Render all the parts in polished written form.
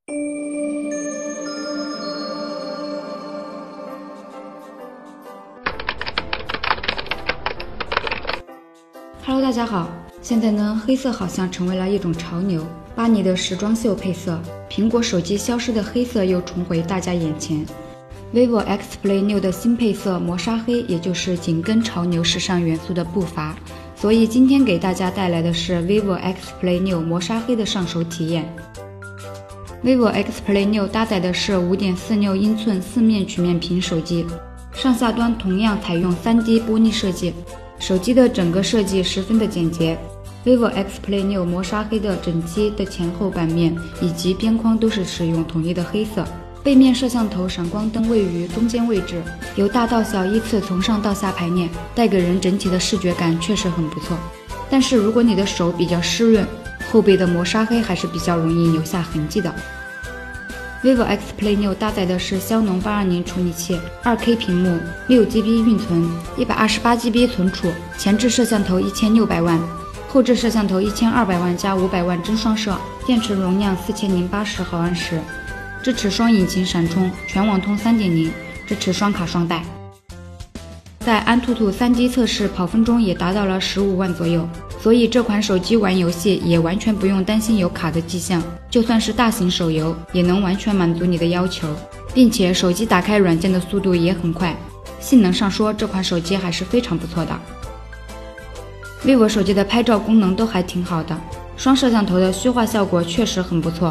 Hello， 大家好。现在呢，黑色好像成为了一种潮流，巴黎的时装秀配色，苹果手机消失的黑色又重回大家眼前。vivo X Play 6的新配色磨砂黑，也就是紧跟潮流时尚元素的步伐。所以今天给大家带来的是 vivo X Play 6磨砂黑的上手体验。vivo X Play 6搭载的是 5.46 英寸四面曲面屏手机，上下端同样采用 3D 玻璃设计。手机的整个设计十分的简洁 ，vivo X Play 6磨砂黑的整机的前后版面以及边框都是使用统一的黑色。背面摄像头闪光灯位于中间位置，由大到小依次从上到下排列，带给人整体的视觉感确实很不错。但是如果你的手比较湿润，后背的磨砂黑还是比较容易留下痕迹的。vivo X Play 6搭载的是骁龙820处理器 ，2K 屏幕，6GB 运存，128GB 存储，前置摄像头1600万，后置摄像头1200万加500万真双摄，电池容量4080毫安时，支持双引擎闪充，全网通 3.0， 支持双卡双待。在安兔兔 3D 测试跑分中也达到了15万左右，所以这款手机玩游戏也完全不用担心有卡的迹象，就算是大型手游也能完全满足你的要求，并且手机打开软件的速度也很快，性能上说这款手机还是非常不错的。vivo 手机的拍照功能都还挺好的，双摄像头的虚化效果确实很不错，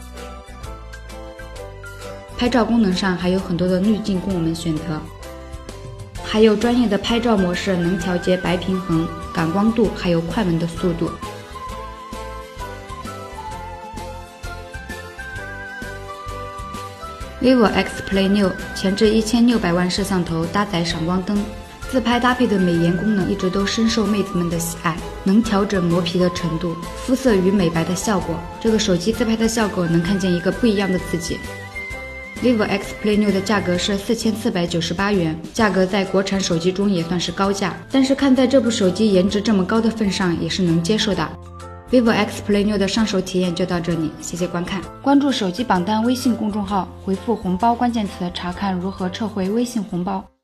拍照功能上还有很多的滤镜供我们选择。还有专业的拍照模式，能调节白平衡、感光度，还有快门的速度。vivo X Play 6前置1600万摄像头，搭载闪光灯，自拍搭配的美颜功能一直都深受妹子们的喜爱，能调整磨皮的程度、肤色与美白的效果。这个手机自拍的效果能看见一个不一样的自己。vivo X Play 6的价格是4498元，价格在国产手机中也算是高价，但是看在这部手机颜值这么高的份上，也是能接受的。vivo X Play 6的上手体验就到这里，谢谢观看。关注手机榜单微信公众号，回复红包关键词查看如何撤回微信红包。